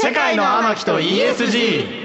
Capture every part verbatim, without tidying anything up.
世界の天木と イーエスジー。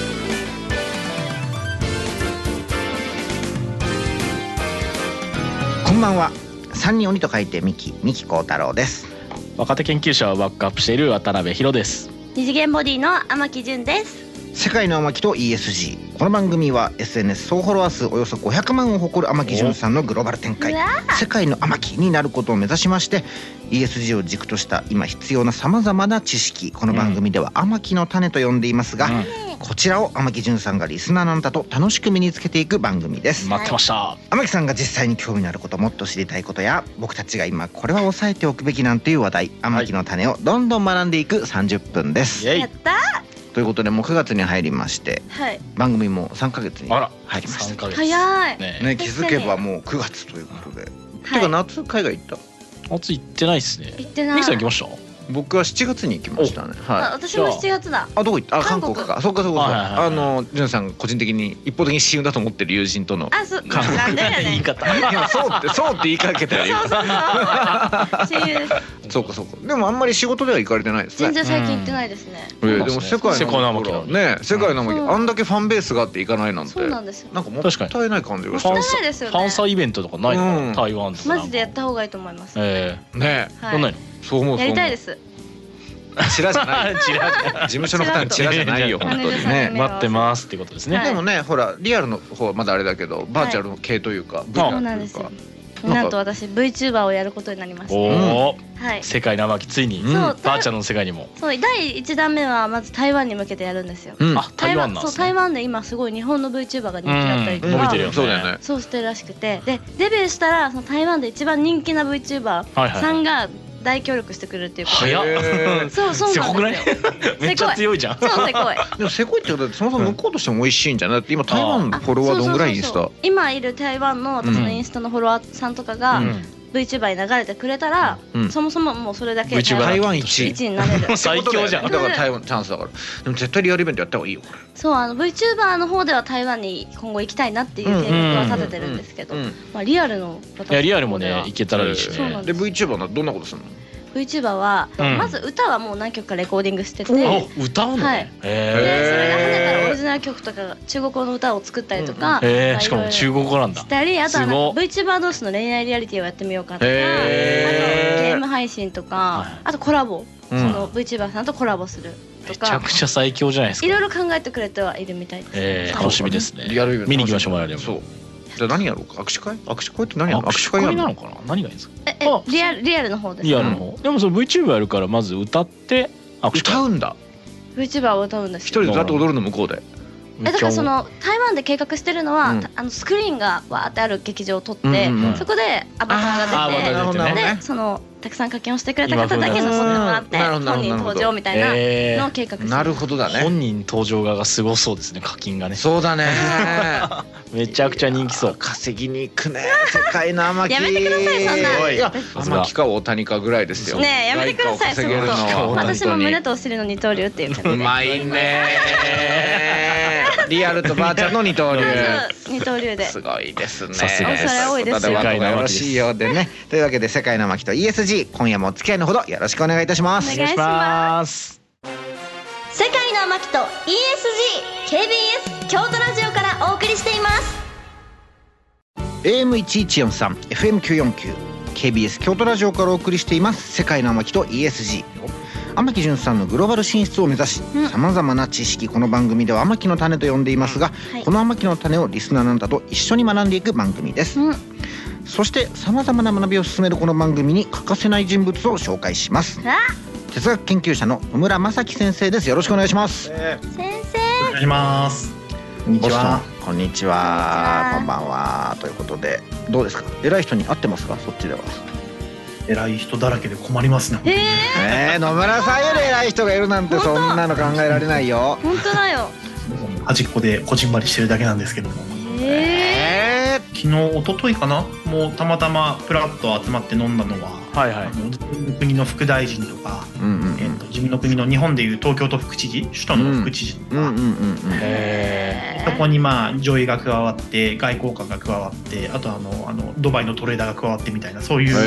こんばんは。三人鬼と書いてミキ、三木幸太郎です。 若手研究者をバックアップしている渡辺博です。 二次元ボディの天木純です。 世界の天木と イーエスジー。この番組は エスエヌエス 総フォロワー数およそごひゃくまんを誇る天木純さんのグローバル展開、世界の天木になることを目指しまして、 イーエスジー を軸とした今必要なさまざまな知識、この番組では天木の種と呼んでいますが、うん、こちらを天木純さんがリスナーのあなたと楽しく身につけていく番組です。 待ってました。 天木さんが実際に興味のあること、もっと知りたいことや、僕たちが今これは押さえておくべきなんていう話題、天木の種をどんどん学んでいくさんじゅっぷんです。 やったということで、もうくがつに入りまして、はい、番組もさんかげつに入りました。 早いね。気づけばもうくがつということで、はい、てか夏海外行った？ 夏行ってないっすね。 行ってない。 ミキさん行きました？ 僕はしちがつに行きましたね。はい。 私もしちがつだ。 あ、どこ行った？あ、韓国か。そうかそうか。あのジュンさんが個人的に一方的に親友だと思ってる友人との。 あ、そう。なんでやねん。 言い方。 いや、そうってそうって言いかけたらいい。 そうそうそう。親友です。 そうかそうか。でもあんまり仕事では行かれてないですね。 全然最近行ってないですね。 でも世界の天木ね、世界の天木あんだけファンベースがあって行かないなんて。 そうなんですよ。 なんかもったいない感じがして。 もったいないですよね。 ファンサイベントとかないの？台湾とか。 マジでやった方がいいと思います。 ええ。 ね。 どんなの？ そう思う。 やりたいです。 チラじゃない。チラ。事務所の負担チラじゃないよ本当にね。 待ってますっていうことですね。 でもね、ほらリアルの方はまだあれだけど、バーチャルの系というか、 そうなんですよ。なんと私 VTuber をやることになりました。 おお。世界の天木ついにバーチャルの世界にも。 そう、だいいちだんめはまず台湾に向けてやるんですよ。 あ、台湾なんですね。 そう、台湾で今すごい日本の VTuber が人気だったりとか、 伸びてるよね。 そうだよね。 そうしてるらしくて、でデビューしたらその台湾で一番人気な VTuber さんが大協力してくれるっていうことで。 早っ。 そうそうなんですよ。 めっちゃ強いじゃん。 そう、せこい。 でもせこいってことはそもそも向こうとしても美味しいんじゃない？だって今台湾のフォロワーどんぐらいインスタ？ 今いる台湾の私のインスタのフォロワーさんとかが VTuber に流れてくれたら、そもそももうそれだけで台湾一位になれる。 最強じゃん。 だから台湾チャンスだから。でも絶対リアルイベントやった方がいいよこれ。 そう、あの VTuber の方では台湾に今後行きたいなっていう計画は立ててるんですけど、まあリアルのいやリアルもね行けたらいいしね。 で VTuber はどんなことするの ？VTuber はまず歌はもう何曲かレコーディングしてて、 歌うの？ はい。でそれが跳ねたらオリジナル曲とか中国語の歌を作ったりとか、 しかも中国語なんだ。 したり、あとは VTuber 同士の恋愛リアリティをやってみようかとか、あとゲーム配信とか、あとコラボ、その VTuber さんとコラボするとか、 めちゃくちゃ最強じゃないですか。 いろいろ考えてくれてはいるみたいです。 楽しみですね。見に行きましょう。我々も。そう。 じゃあ何やろうか。握手会？握手会って何やろう？ 握手会なのかな？何がいいんですか？ え、リアルリアルの方です。 リアルの方。でもその VTuber やるからまず歌って握手会。歌うんだ。 VTuber を歌うんです。 一人で歌って踊るの向こうで。 え、だからその台湾で計画してるのは、あのスクリーンがわーってある劇場を撮って、そこでアバターが出て、でそのたくさん課金をしてくれた方だけ残ってもらって本人登場みたいなのを計画してる。 なるほどだね。 本人登場側がすごそうですね。課金がね。 そうだね。 めちゃくちゃ人気そう。 稼ぎに行くね。世界の天木。 やめてくださいそんな。 いや天木か大谷かぐらいですよ。 ねえ、やめてください。その私も胸とお尻の二刀流っていう感じで。 うまいね。リアルとバーチャルの二刀流。 二刀流で。 すごいですね。 さすがです。 それ多いですよ。 世界のよろしいようでね。というわけで世界の天木と イーエスジー、 今夜もお付き合いのほどよろしくお願いいたします。 お願いします。世界の天木と イーエスジー、ケービーエス 京都ラジオからお送りしています。 エーエムいちいちよんさん エフエムきゅうよんきゅう ケービーエス 京都ラジオからお送りしています世界の天木と イーエスジー。天木純さんのグローバル進出を目指し、さまざまな知識、この番組では天木の種と呼んでいますが、はい、この天木の種をリスナーのあなたと一緒に学んでいく番組です。うん、そしてさまざまな学びを進めるこの番組に欠かせない人物を紹介します。哲学研究者の野村正樹先生です。よろしくお願いします。 えー、先生お願いします。こんにちは。 こんにちは。こんばんは。ということでどうですか、偉い人に会ってますか？そっちでは偉い人だらけで困りますね。 えー、野村さんより偉い人がいるなんてそんなの考えられないよ。 本当だよ。 端っこでこじんまりしてるだけなんですけども。えー、昨日一昨日かな、もうたまたまプラッと集まって飲んだのは、はいはい、自分の国の副大臣とか、うんうんうん、えー、と自分の国の日本でいう東京都副知事、首都の副知事とか、そこにまあ女医が加わって外交官が加わって、あとあのあのドバイのトレーダーが加わってみたいな、そういう。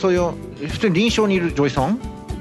女医さんはそれ何かそういう普通に臨床にいる女医さん？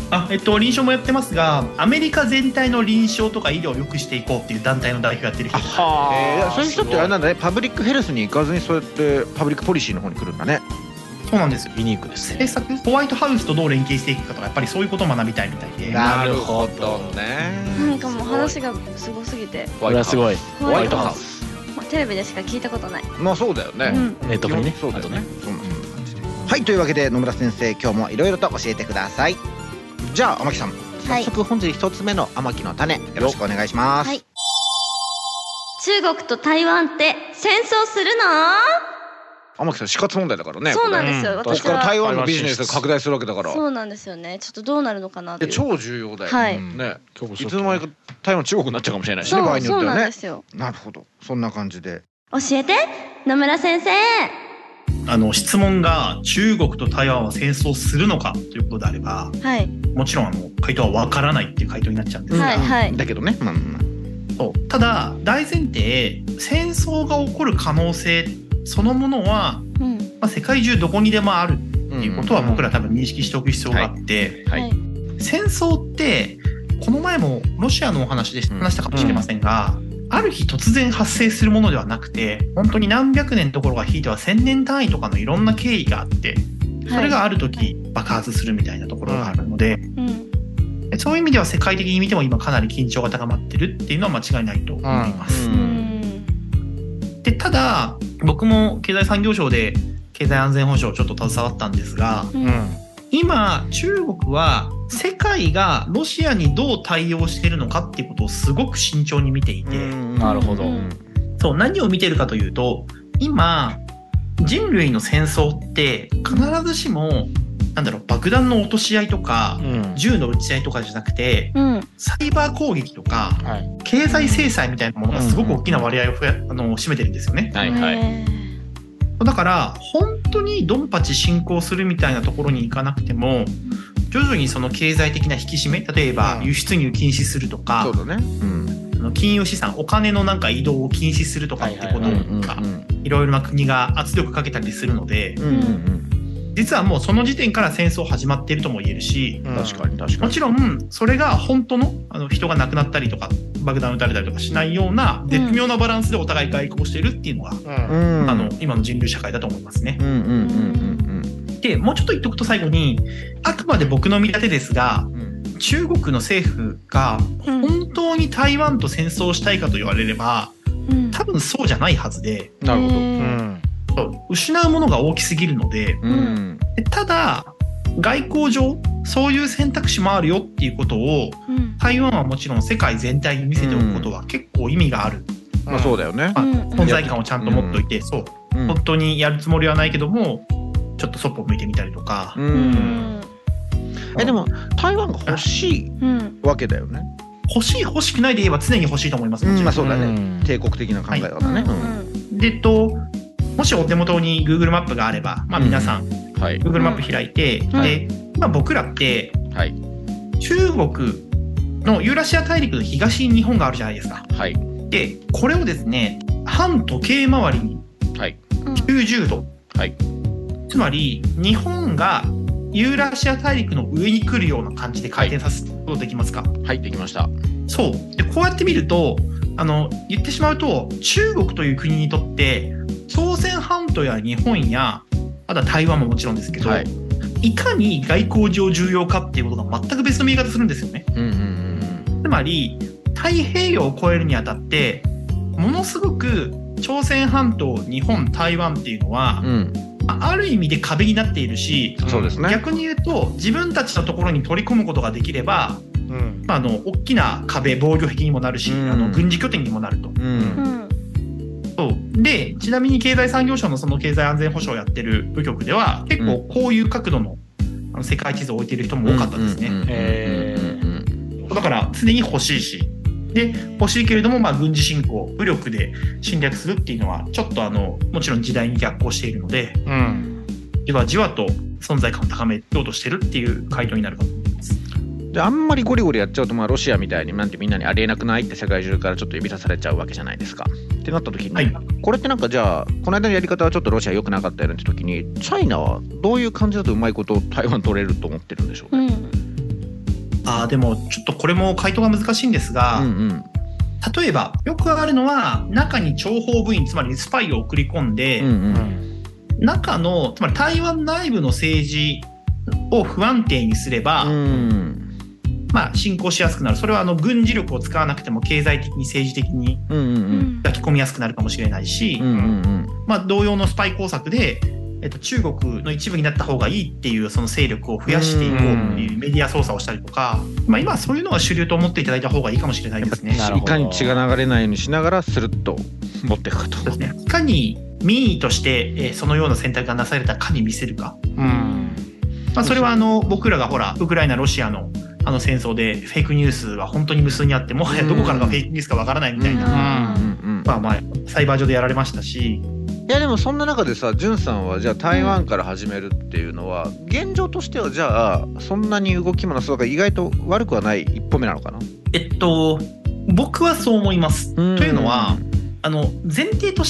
あ、えっと、臨床もやってますが、アメリカ全体の臨床とか医療を良くしていこうっていう団体の代表やってる人。 はあ、えー、そういう人ってあれなんだね、パブリックヘルスに行かずにそうやってパブリックポリシーの方に来るんだね。 そうなんですよ。 ユニークですね。 政策、ホワイトハウスとどう連携していくかとか、やっぱりそういうことを学びたいみたいで。 なるほどね。 なんかもう話がすごすぎて。 これはすごい。 ホワイトハウス。テレビでしか聞いたことない。 まあそうだよね。 ネットにね。 そうだよね。そんな感じで。はい、というわけで野村先生、今日もいろいろと教えてください。じゃあ天木さん、早速本日一つ目の天木の種、よろしくお願いします。はい。 中国と台湾って戦争するの？ 天木さん死活問題だからね。 そうなんですよ。 私から台湾のビジネスが拡大するわけだから。 そうなんですよね。ちょっとどうなるのかなっていう。 超重要だよ。 はい。 ね。いつの間にか台湾中国になっちゃうかもしれないしね、場合によってはね。そうなんですよ。なるほど。そんな感じで。 教えて、野村先生。 あの質問が中国と台湾は戦争するのかということであれば、はい、もちろんあの回答は分からないっていう回答になっちゃうんですが、はいはい、 だけどね、まあまあ、 そうただ大前提、戦争が起こる可能性そのものは、うんまあ、世界中どこにでもあるっていうことは僕ら多分認識しておく必要があって、はいはい、戦争ってこの前もロシアのお話で話したかもしれませんが、うんうんある日突然発生するものではなくて、本当に何百年どころかひいては千年単位とかのいろんな経緯があって、それがある時爆発するみたいなところがあるので、はいうん、そういう意味では世界的に見ても今かなり緊張が高まってるっていうのは間違いないと思います。うん、でただ僕も経済産業省で経済安全保障ちょっと携わったんですが、うん今中国は世界がロシアにどう対応しているのかっていうことをすごく慎重に見ていて、 なるほど。 そう何を見てるかというと、今人類の戦争って必ずしもなんだろう爆弾の落とし合いとか、うん、銃の撃ち合いとかじゃなくて、うん、サイバー攻撃とか、はい、経済制裁みたいなものがすごく大きな割合を増や、あの占めてるんですよね。はいはいだから本当にドンパチ進行するみたいなところに行かなくても徐々にその経済的な引き締め、例えば輸出入禁止するとか、そうだねうん、金融資産お金のなんか移動を禁止するとかってことがいろいろな国が圧力かけたりするので、うんうんうん実はもうその時点から戦争始まっているとも言えるし、確かに確かにもちろんそれが本当 の, あの人が亡くなったりとか爆弾撃たれたりとかしないような絶妙なバランスでお互い外交しているっていうのが、うん、あの今の人類社会だと思いますね。でもうちょっと言っておくと最後にあくまで僕の見立てですが、うん、中国の政府が本当に台湾と戦争したいかと言われれば、うん、多分そうじゃないはずで、なるほど、うん失うものが大きすぎるので、うん、ただ外交上そういう選択肢もあるよっていうことを、うん、台湾はもちろん世界全体に見せておくことは結構意味がある、 うんまあ、そうだよね、 まあ、存在感をちゃんと持っといて、うん、そう、うん、本当にやるつもりはないけどもちょっとそっぽ向いてみたりとか、うんうん、 えでも台湾が欲しいわけだよね。 欲しい欲しくないで言えば常に欲しいと思いますもちろん、 うんまあ、そうだね、うん、帝国的な考え方ね、はいうん、でともしお手元に Google マップがあれば、まあ、皆さん、うんはい、Google マップ開いて、うん、で今僕らって、はい、中国のユーラシア大陸の東に日本があるじゃないですか、はい、でこれをですね反時計回りにきゅうじゅうど、はい、つまり日本がユーラシア大陸の上に来るような感じで回転させることできますか？ はい、はい、できました。 そうでこうやって見るとあの言ってしまうと中国という国にとって朝鮮半島や日本やあとは台湾ももちろんですけど、はい、いかに外交上重要かっていうことが全く別の見え方するんですよね、うんうんうん、つまり太平洋を越えるにあたってものすごく朝鮮半島日本台湾っていうのは、うん、ある意味で壁になっているし、そうですね、逆に言うと自分たちのところに取り込むことができれば、うんまあ、あの大きな壁防御壁にもなるし、うん、あの軍事拠点にもなると、うんうんそうでちなみに経済産業省のその経済安全保障をやってる部局では結構こういう角度 の,、うん、あの世界地図を置いている人も多かったですね。だから常に欲しいしで欲しいけれども、まあ、軍事侵攻武力で侵略するっていうのはちょっとあのもちろん時代に逆行しているので、うん、じわじわと存在感を高めようとしてるっていう回答になるかと思います。 であんまりゴリゴリやっちゃうと、まあ、ロシアみたいになんてみんなにありえなくないって世界中からちょっと指さされちゃうわけじゃないですか。ってなった時に、はい、これってなんかじゃあこの間のやり方はちょっとロシア良くなかったよねって時にチャイナはどういう感じだとうまいこと台湾取れると思ってるんでしょうね、うん、 あでもちょっとこれも回答が難しいんですが、うんうん、例えばよくあるのは中に諜報部員つまりスパイを送り込んで、うんうん、中のつまり台湾内部の政治を不安定にすれば、うん、まあ進行しやすくなる。それはあの軍事力を使わなくても経済的に政治的に抱き込みやすくなるかもしれないし、うんうんうん、まあ同様のスパイ工作でえっと、中国の一部になった方がいいっていうその勢力を増やしていこうっていうメディア操作をしたりとか、まあ、今はそういうのが主流と思っていただいた方がいいかもしれないですね。 いかに血が流れないようにしながらスルッと持っていくかと。 そうですね。いかに民意としてそのような選択がなされたかに見せるか、うんまあ、それはあの僕らがほらウクライナロシアのあの戦争でフェイクニュースは本当に無数にあってもはやどこからがフェイクニュースかわからないみたいな、まあまあサイバー上でやられましたし。 いやでもそんな中でさ、じゅんさんはじゃあ台湾から始めるっていうのは、うん、現状としてはじゃあそんなに動きもなそうか意外と悪くはない一歩目なのかな。 えっと僕はそう思います。というのはあの前提として、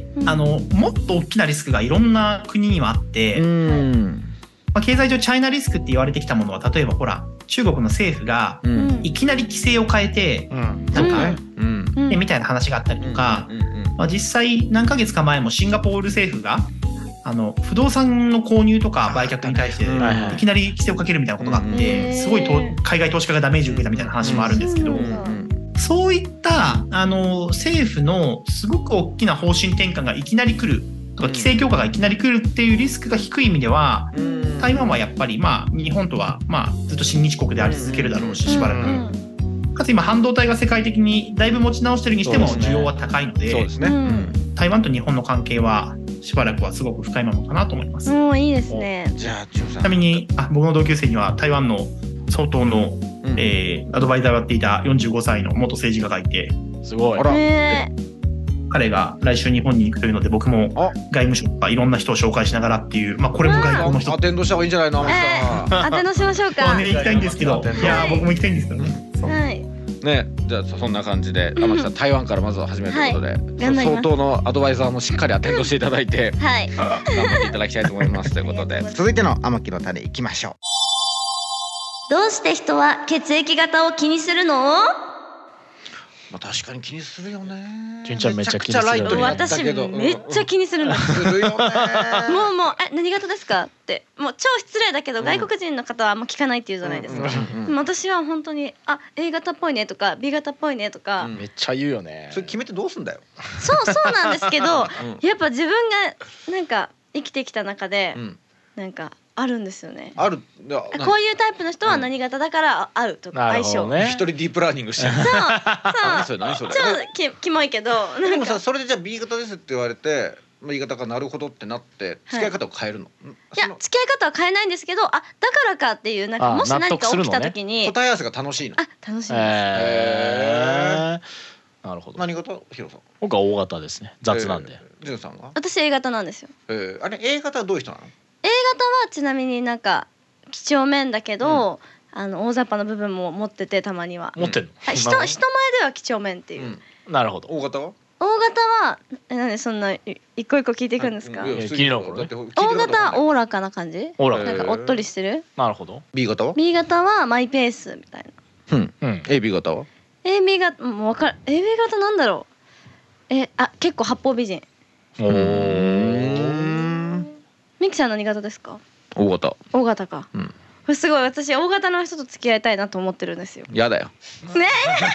うん、あのもっと大きなリスクがいろんな国にはあって、うんまあ、経済上チャイナリスクって言われてきたものは例えばほら中国の政府がいきなり規制を変えて、うん、なんか、うんうん、みたいな話があったりとか、うんうんうんまあ、実際何ヶ月か前もシンガポール政府があの不動産の購入とか売却に対していきなり規制をかけるみたいなことがあってすごいと海外投資家がダメージを受けたみたいな話もあるんですけど、そういったあの政府のすごく大きな方針転換がいきなり来るとか規制強化がいきなり来るっていうリスクが低い意味では台湾はやっぱりまあ日本とはまあずっと親日国であり続けるだろうししばらく。かつ今半導体が世界的にだいぶ持ち直してるにしても需要は高いので、そうですね、うん、台湾と日本の関係はしばらくはすごく深いままかなと思います。 もういいですね。 じゃあちなみにあ僕の同級生には台湾の総統の、うんえー、アドバイザーをやっていたよんじゅうごさいの元政治家がいてすごい。 あら彼が来週日本に行くというので僕も外務省とかいろんな人を紹介しながらっていう、まあ、これも外交の人アテンドした方がいいんじゃないの、 えー、アテンドしましょうか。 ね、行きたいんですけどいや僕も行きたいんですけどね。 はいね、じゃあそんな感じで天木さん、うん、台湾からまずは始めるということで、はい、相当のアドバイザーもしっかりアテンドしていただいて、はい、頑張っていただきたいと思いますということで続いての天木の種いきましょう。どうして人は血液型を気にするの？ まあ、確かに気にするよね。 純ちゃんめっちゃ気にするよね。 私めっちゃ気にするんです。するよね。もうもうえ何型ですかってもう超失礼だけど、うん、外国人の方はあんま聞かないっていうじゃないですか。うんうんうん、でも私は本当にあ A 型っぽいねとか B 型っぽいねとか、 うん、めっちゃ言うよね。 それ決めてどうすんだよ。 そうそうなんですけど、うん、やっぱ自分がなんか生きてきた中で、うん、なんか。あるんですよね。 ある。こういうタイプの人は何型だから合うとか相性。 一人ディープラーニングしてる。 そうそう。何それ。超キキモいけど。 でもさそれでじゃあ B 型ですって言われて B 型かなるほどってなって付き合い方を変えるの？ いや付き合い方は変えないんですけどあだからかっていうなんかもし何か起きた時に答え合わせが楽しいの。 あ楽しいです。 なるほど。 何型？ヒロさん。 僕は O 型ですね。雑なんで。 ジュンさんは？ 私 A 型なんですよ。 あれ A 型はどういう人なの ？A 型はちなみになんか几帳面だけど、うん、あの大雑把な部分も持っててたまには持ってるの、 はい、人, 人前では几帳面っていう、 うん、なるほど。 O 型は O 型はなんでそんな一個一個聞いていくんですか？ 気になるからね。 O 型はおおらかな感じ、 おおらかなんかおっとりしてる。 なるほど。 B 型は B 型はマイペースみたいな。うん、 うん、エービー 型はエービー 型もう分かる。 エービー 型なんだろう。えあ結構八方美人。おーミキさん何型ですか ？O 型。 O 型か。うん。これすごい私 O 型の人と付き合いたいなと思ってるんですよ。 やだよ。 ね。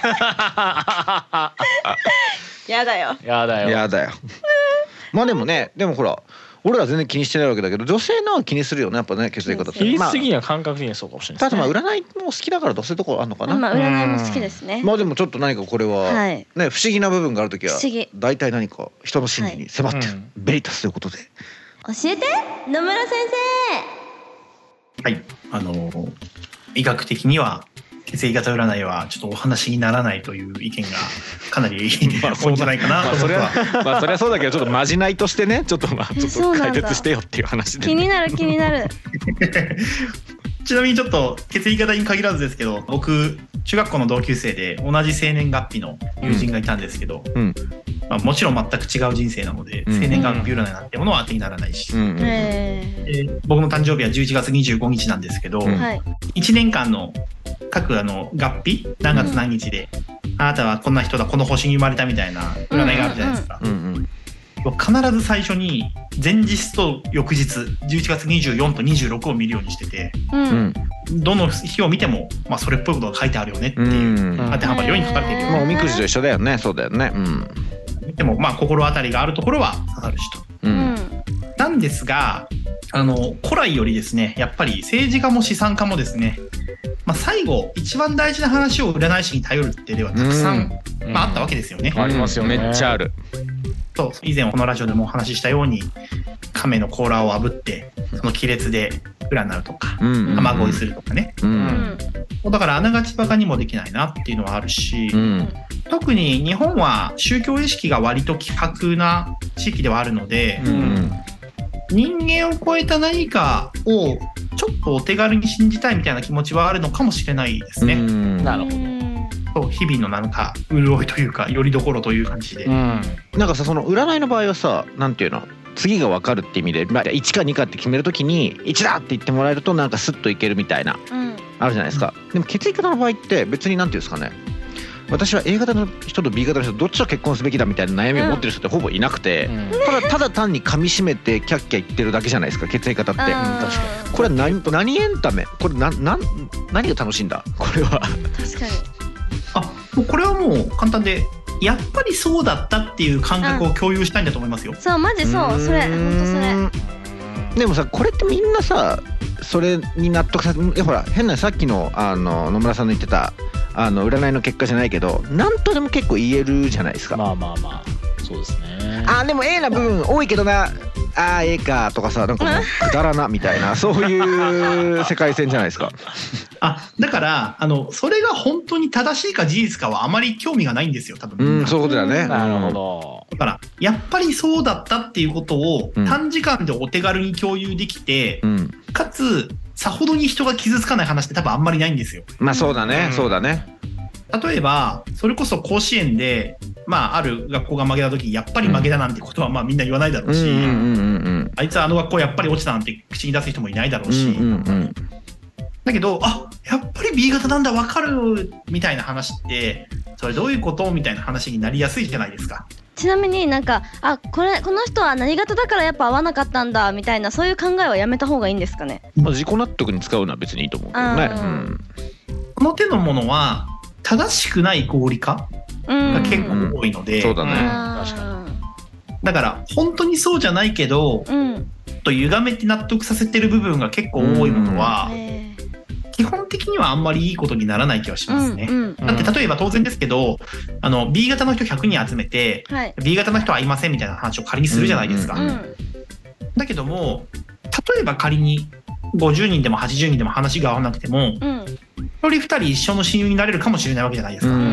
やだよ。 やだよ。 やだよ。まあでもね、でもほら、俺ら全然気にしてないわけだけど、女性のは気にするよね、やっぱね、血液型って。 気にしすぎには感覚的にそうかもしれない。 ただまあ占いも好きだからどうせとこあるのかな。 まあ占いも好きですね。 まあでもちょっと何かこれはね不思議な部分があるときは、大体何か人の心理に迫ってるベリタスということで。 教えて野村先生。はい、あの医学的には血液型占いはちょっとお話にならないという意見がかなり多いんじゃないかなと思っては。 まあそれはそうだけどちょっとまじないとしてねちょっとまあちょっと解説してよっていう話で、ね、 気になる気になる。 ちなみにちょっと血液型に限らずですけど僕中学校の同級生で同じ生年月日の友人がいたんですけど、うんまあ、もちろん全く違う人生なので、うん、生年月日占いなんてものは当てにならないし、うんうんえー、僕の誕生日はじゅういちがつにじゅうごにちなんですけど、うん、いちねんかんの各あの合日何月何日で、うん、あなたはこんな人だこの星に生まれたみたいな占いがあるじゃないですか、うんうんうん、必ず最初に前日と翌日じゅういちがつにじゅうよっかとにじゅうろくを見るようにしてて、うん、どの日を見ても、まあ、それっぽいことが書いてあるよねっていう当てはまるように書かれている、 まあ、おみくじと一緒だよね。そうだよね、うん、 でもまあ心当たりがあるところは刺さるしと、うん、なんですがあの古来よりですねやっぱり政治家も資産家もですね、まあ、最後一番大事な話を占い師に頼るって例はたくさん、うんまあ、あったわけですよね、 うん、ありますよね。 めっちゃある。 そう以前このラジオでもお話ししたように亀の甲羅を炙ってその亀裂で占うとか、うん、雨乞いするとかね、うんうん、だからあながちバカにもできないなっていうのはあるし、うん、特に日本は宗教意識が割と希薄な地域ではあるので、うん、人間を超えた何かをちょっとお手軽に信じたいみたいな気持ちはあるのかもしれないですね、うん、 なるほど。 日々のなんか潤いというかよりどころという感じで、うん、 なんかさその占いの場合はさなんていうの次が分かるって意味で、まあ、いちかにかって決めるときにいちだって言ってもらえるとなんかスッといけるみたいな、うん、あるじゃないですか。でも血液型の場合って別になんていうんですかね私は A 型の人と B 型の人どっちと結婚すべきだみたいな悩みを持ってる人ってほぼいなくて、うん、ただただ単に噛み締めてキャッキャ言ってるだけじゃないですか血液型って、うん、確かにこれは 何, 何エンタメこれなな何が楽しいんだこれは。確かにあもうこれはもう簡単でやっぱりそうだったっていう感覚を共有したいんだと思いますよ。 そうマジそうそれ本当それ。 でもさこれってみんなさそれに納得させいやほら変なさっきのあの野村さんの言ってたあの占いの結果じゃないけどなんとでも結構言えるじゃないですか。 まあまあまあそうですね。 あでも A な部分多いけどなあー A かとかさなんかもうくだらなみたいなそういう世界線じゃないですか。 あだからあのそれが本当に正しいか事実かはあまり興味がないんですよ多分。 うんそういうことだね。 なるほど。 だからやっぱりそうだったっていうことを短時間でお手軽に共有できて、うん、かつさほどに人が傷つかない話って多分あんまりないんですよ。 まあそうだね、うん、そうだね。 例えばそれこそ甲子園で、まあ、ある学校が負けた時やっぱり負けたなんてことはまあみんな言わないだろうし、あいつはあの学校やっぱり落ちたなんて口に出す人もいないだろうし、うんうんうん、だけどあやっぱり B 型なんだ分かるみたいな話ってそれどういうことみたいな話になりやすいじゃないですか。 ちなみになんかあこれこの人は何型だからやっぱ合わなかったんだみたいなそういう考えはやめた方がいいんですかね。 まあ、自己納得に使うのは別にいいと思うけどね、うん、 この手のものは正しくない合理化が結構多いので、 うん、そうだね。 確かに。だから本当にそうじゃないけど、うん、ちょっと歪めて納得させてる部分が結構多いものは、うん、基本的にはあんまりいいことにならない気はしますね、うんうん、だって例えば当然ですけどあの B 型の人ひゃくにん集めて、はい、B 型の人はいませんみたいな話を仮にするじゃないですか、うんうん、だけども例えば仮にごじゅうにんでもはちじゅうにんでも話が合わなくても、うん、ひとりふたり一緒の親友になれるかもしれないわけじゃないですか、うん、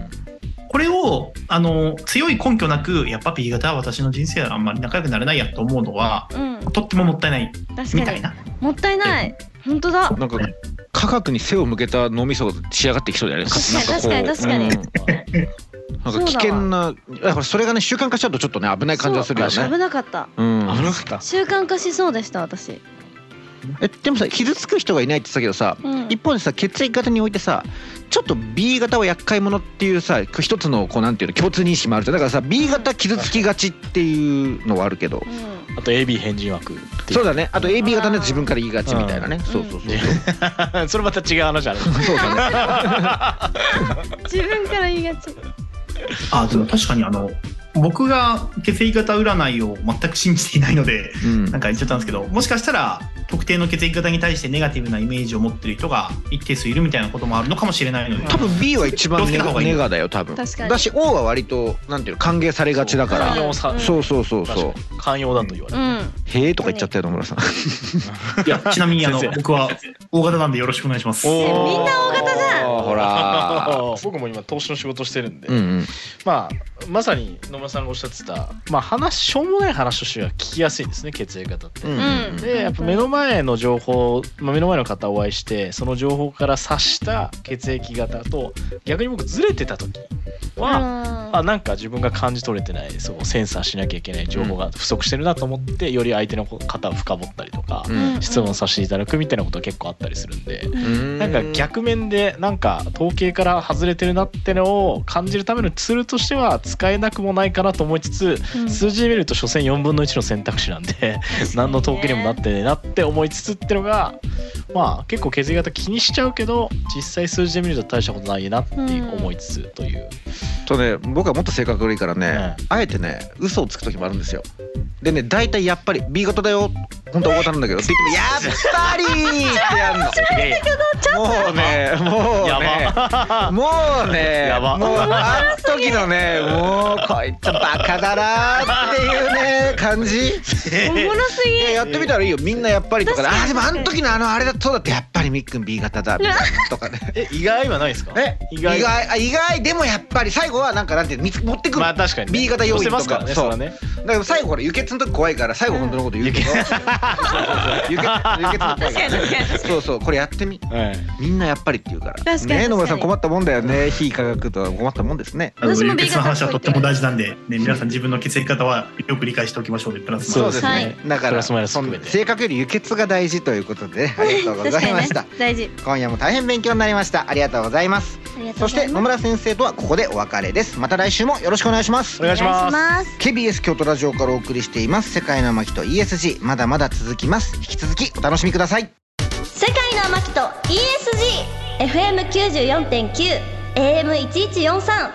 これをあの強い根拠なくやっぱ B 型は私の人生はあんまり仲良くなれないやと思うのは、うん、とってももったいないみたいな。 もったいない、本当だ。 なんか科学に背を向けた脳みそ仕上がってきそうじゃないですか。 確かに確かに、うん、 なんか危険なだからそれがね習慣化しちゃうとちょっとね危ない感じがするよね。 危なかった、 うん、危なかった。 習慣化しそうでした私。 えでもさ傷つく人がいないって言ったけどさ、うん、一方でさ血液型においてさちょっと B 型は厄介者っていうさ一つのこうなんていうの共通認識もあるじゃん。だからさ B 型傷つきがちっていうのはあるけど、 うん、あと エービー 変人枠そうだね。あと エービー 型のやつ自分から言いがちみたいなね。そうそうそうそう。それまた違う話ある。そうだね。自分から言いがち。 あ確かにあの僕が血液型占いを全く信じていないので、うん、なんか言っちゃったんですけどもしかしたら特定の血液型に対してネガティブなイメージを持ってる人が一定数いるみたいなこともあるのかもしれないので多分 B は一番ネガ、ネガだよ多分。だし O は割となんていうの歓迎されがちだからそうそうそうそう寛容だと言われる、うん、 へーとか言っちゃったよ野村さん。 いやちなみにあの僕は O 型なんでよろしくお願いします。 みんな O 型じゃん。 ほら僕も今投資の仕事してるんで、うんうん、まあまさに野村さんがおっしゃってた、まあ、話しょうもない話としては聞きやすいですね血液型って、うん、でやっぱ目の前の情報、まあ、目の前の方をお会いしてその情報から察した血液型と逆に僕ずれてた時は、あ、なんか自分が感じ取れてない、そうセンサーしなきゃいけない情報が不足してるなと思って、より相手の方を深掘ったりとか、うん、質問させていただくみたいなこと結構あったりするんで、うん、なんか逆面でなんか統計から外れてるなってのを感じるためのツールとしては使えなくもないかなと思いつつ、うん、数字で見ると所詮よんぶんのいちの選択肢なんで何の統計にもなってねえなって思いつつってのが、まあ結構血液型気にしちゃうけど実際数字で見ると大したことないなって思いつつという、うん、 とね、僕はもっと性格悪いからね、うん、あえてね嘘をつく時もあるんですよ。でね、大体やっぱり B 型だよ、本当は O 型なんだけどって言ってもやっぱりってやんの。もうねもうねもうねやばもうあの時のねもうこいつバカだなっていうね感じ。 おもろすぎ。 やってみたらいいよ、みんなやっぱりとかね、あでもあの時のあのあれだそうだってやっぱりみっくん B 型だとかね。 え意外はないですか？ え意外意外あ意外でもやっぱり最後はなんかなんて見つ持ってくる。 まあ確かに、ね、 B 型要因とかね、 そうだね。だから最後これ輸血の時怖いから最後本当のこと言うけど、輸血輸血の時怖いからそうそうこれやってみ、みんなやっぱりって言うからね。野村さん困ったもんだよね。非科学とは困ったもんですね。 輸血の話はとっても大事なんでね、皆さん自分の血液型はよく理解しておきましょうね。プラスそうですね。だから性格より輸血が大事ということで、ありがとうございました。 大事。 今夜も大変勉強になりました。ありがとうございます。そして野村先生とはここでお別れです。また来週もよろしくお願いします。 お願いします。 ケービーエス 京都ラジオからお送りしています世界の天木と イーエスジー、 まだまだ続きます。引き続きお楽しみください。 世界の天木と イーエスジー エフエムきゅうじゅうよんてんきゅう エーエムいちいちよんさん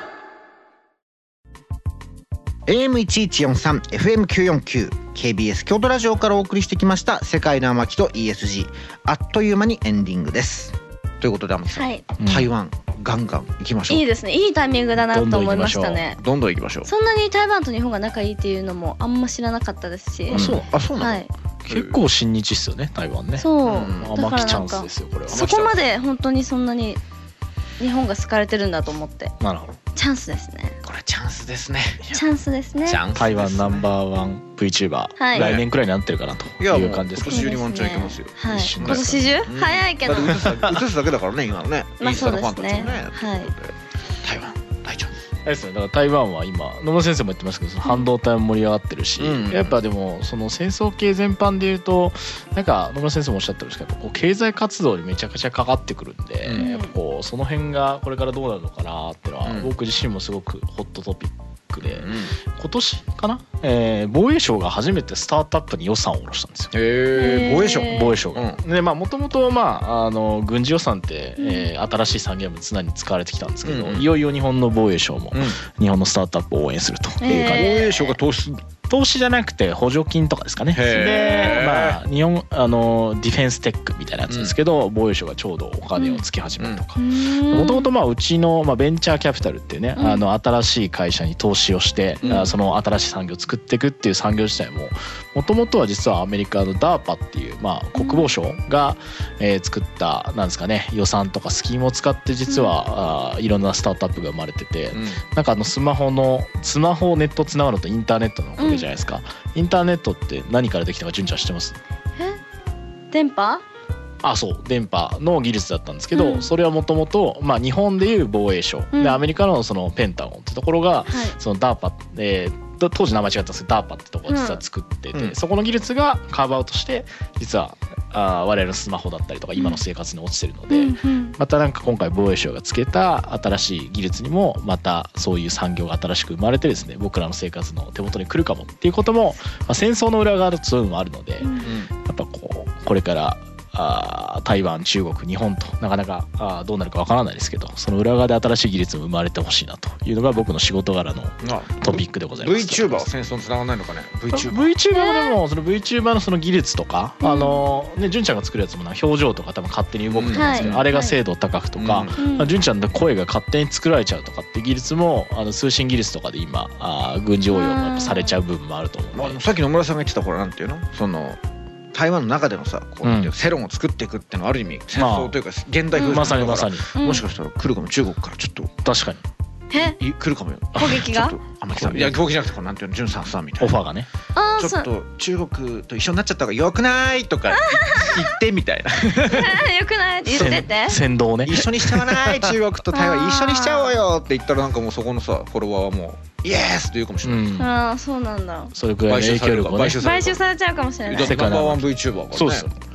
エーエムいちいちよんさん エフエムきゅうよんきゅう ケービーエス 京都ラジオからお送りしてきました世界の天木と イーエスジー、 あっという間にエンディングです。ということで天木さん、はい、台湾ガンガン行きましょう。 いいですね、いいタイミングだなと思いましたね。 どんどん行きましょう。 そんなに台湾と日本が仲いいっていうのもあんま知らなかったですし、 あそうあそうなの、はい、 結構親日っすよね台湾ね。 そう、うん、 天木チャンスですよこれは。 そこまで本当にそんなに日本が好かれてるんだと思って。 なるほど、 チャンスですね。 これチャンスですね。 チャンスですね。 台湾ナンバーワン VTuber、はい、来年くらいになってるかなという感じですか。 今年中にワンチャンいけますよ。 はい、今年中、うん、早いけど。 映すだけだからね今のね。 まあそうですね。はい。 台湾大丈夫。 あれですね、だから台湾は今野村先生も言ってますけど、その半導体も盛り上がってるし、うん、やっぱでもその戦争系全般でいうとなんか野村先生もおっしゃってるんですけど、こう経済活動にめちゃくちゃかかってくるんで、うん、やっぱこうその辺がこれからどうなるのかなっていうのは、うん、僕自身もすごくホットトピックで、うん、今年かな、えー、防衛省が初めてスタートアップに予算を下ろしたんですよ。 へー、防衛省防衛省が、うん、でまあもともとまああの軍事予算って、えー、新しい産業も常に使われてきたんですけど、うん、いよいよ日本の防衛省も、うん、日本のスタートアップを応援するという感じで、防衛省が投資投資じゃなくて補助金とかですかね。でまあ日本あのディフェンステックみたいなやつですけど、うん、防衛省がちょうどお金をつけ始めるとか、もともとまあうちの、まあ、ベンチャーキャピタルっていうね、うん、あの新しい会社に投資をして、うん、その新しい産業を作っていくっていう産業自体ももともとは実はアメリカの ダーパ っていう、まあ、国防省が、えー、作ったなんですかね、予算とかスキームを使って実は、うん、あいろんなスタートアップが生まれてて、うん、なんかあのスマホのスマホネットつながるとインターネットのおかげじゃないですか、うん、インターネットって何からできたか純ちゃん知ってます？ え電波？ あそう電波の技術だったんですけど、うん、それはもともと日本でいう防衛省、うん、でアメリカのそのペンタゴンってところが、はい、その ダーパ、えー、当時名前違ったんですけど ダーパ ってところを実は作ってて、うん、そこの技術がカーブアウトして実はあ我々のスマホだったりとか今の生活に落ちてるので、うん、またなんか今回防衛省がつけた新しい技術にもまたそういう産業が新しく生まれてですね、僕らの生活の手元に来るかもっていうことも、まあ、戦争の裏側だとそういうのもあるので、うん、やっぱこうこれからあ台湾、中国、日本となかなかあどうなるかわからないですけど、その裏側で新しい技術も生まれてほしいなというのが僕の仕事柄のトピックでございます。 VTuber は戦争につながらないのかね。 VTuber, VTuber もでもその VTuber のその技術とか、うん、あのね純ちゃんが作るやつもな表情とか多分勝手に動くと思うんですけど、うん、あれが精度高くとか、うん、純ちゃんの声が勝手に作られちゃうとかっていう技術もあの通信技術とかで今あ軍事応用もやっぱされちゃう部分もあると思うので、 まあ、さっき野村さんが言ってたこれなんていうのその台湾の中でのさこう、うん、世論を作っていくっていうのはある意味戦争というか現代風、 まさにまさにもしかしたら来るかも中国からちょっと確かに来るかもよ。 攻撃が？ 天木さん、いや攻撃じゃなくてこうなんていうの、じゅんさんさみたいなオファーがね。 ちょっと中国と一緒になっちゃった方がよくないとか言ってみたいな。 よくないって言ってて。 先導ね。 一緒にしちゃわない、中国と台湾一緒にしちゃおうよって言ったらなんかもうそこのさフォロワーはもうイエスって言うかもしれない。 ああそうなんだ。 それくらいの影響力をね。 買収されちゃうかもしれない。 ナンバーワン VTuber からね。 そうです。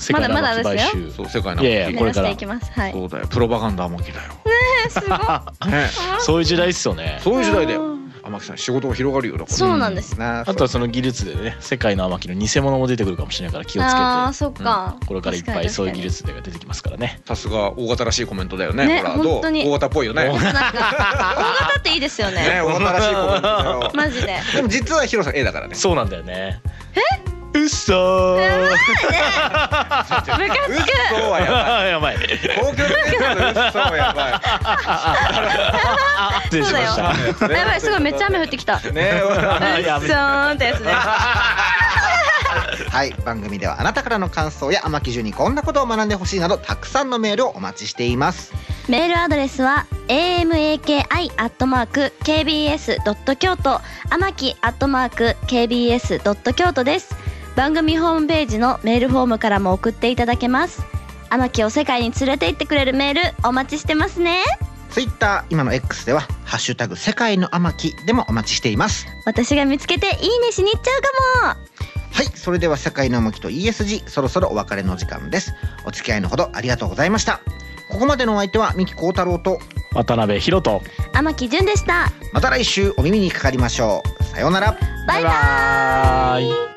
まだまだですよ。 そう世界の。 いやいやこれから。 そうだよ。プロパガンダ天木だよ。ねえすごい。 そういう時代ですよね。 そういう時代だよ。天木さん仕事が広がるよだから。 そうなんです。 あとはその技術でね、世界の天木の偽物も出てくるかもしれないから気をつけて。 ああそっか。 これからいっぱいそういう技術が出てきますからね。 さすが大型らしいコメントだよね。 ね本当に大型っぽいよね。 大型っていいですよね。 ね大型らしいコメントだよ。 マジで。 でも実はヒロさん A だからね。 そうなんだよね。 え？ うっそー。 ムカつく。 うっそーはやばい。 やばい。 公共の電波のうっそーはやばい。 そうだよ。やばいすごいめっちゃ雨降ってきた。ねえ。 うっそーってやつね。 はい、番組ではあなたからの感想や天木順にこんなことを学んでほしいなどたくさんのメールをお待ちしています。 メールアドレスは エーエムエーケーアイ アットマーク ケービーエス ドット 京都天木アットマーク ケービーエス ドット 京都です。番組ホームページのメールフォームからも送っていただけます。天木を世界に連れて行ってくれるメールお待ちしてますね。 ツイッター今の X ではハッシュタグ世界の天木でもお待ちしています。 私が見つけていいねしに行っちゃうかも。 はい、それでは世界の天木と イーエスジー そろそろお別れの時間です。お付き合いのほどありがとうございました。ここまでのお相手は三木幸太郎と渡辺裕人、 天木純でした。 また来週お耳にかかりましょう。さようなら。 バイバーイ。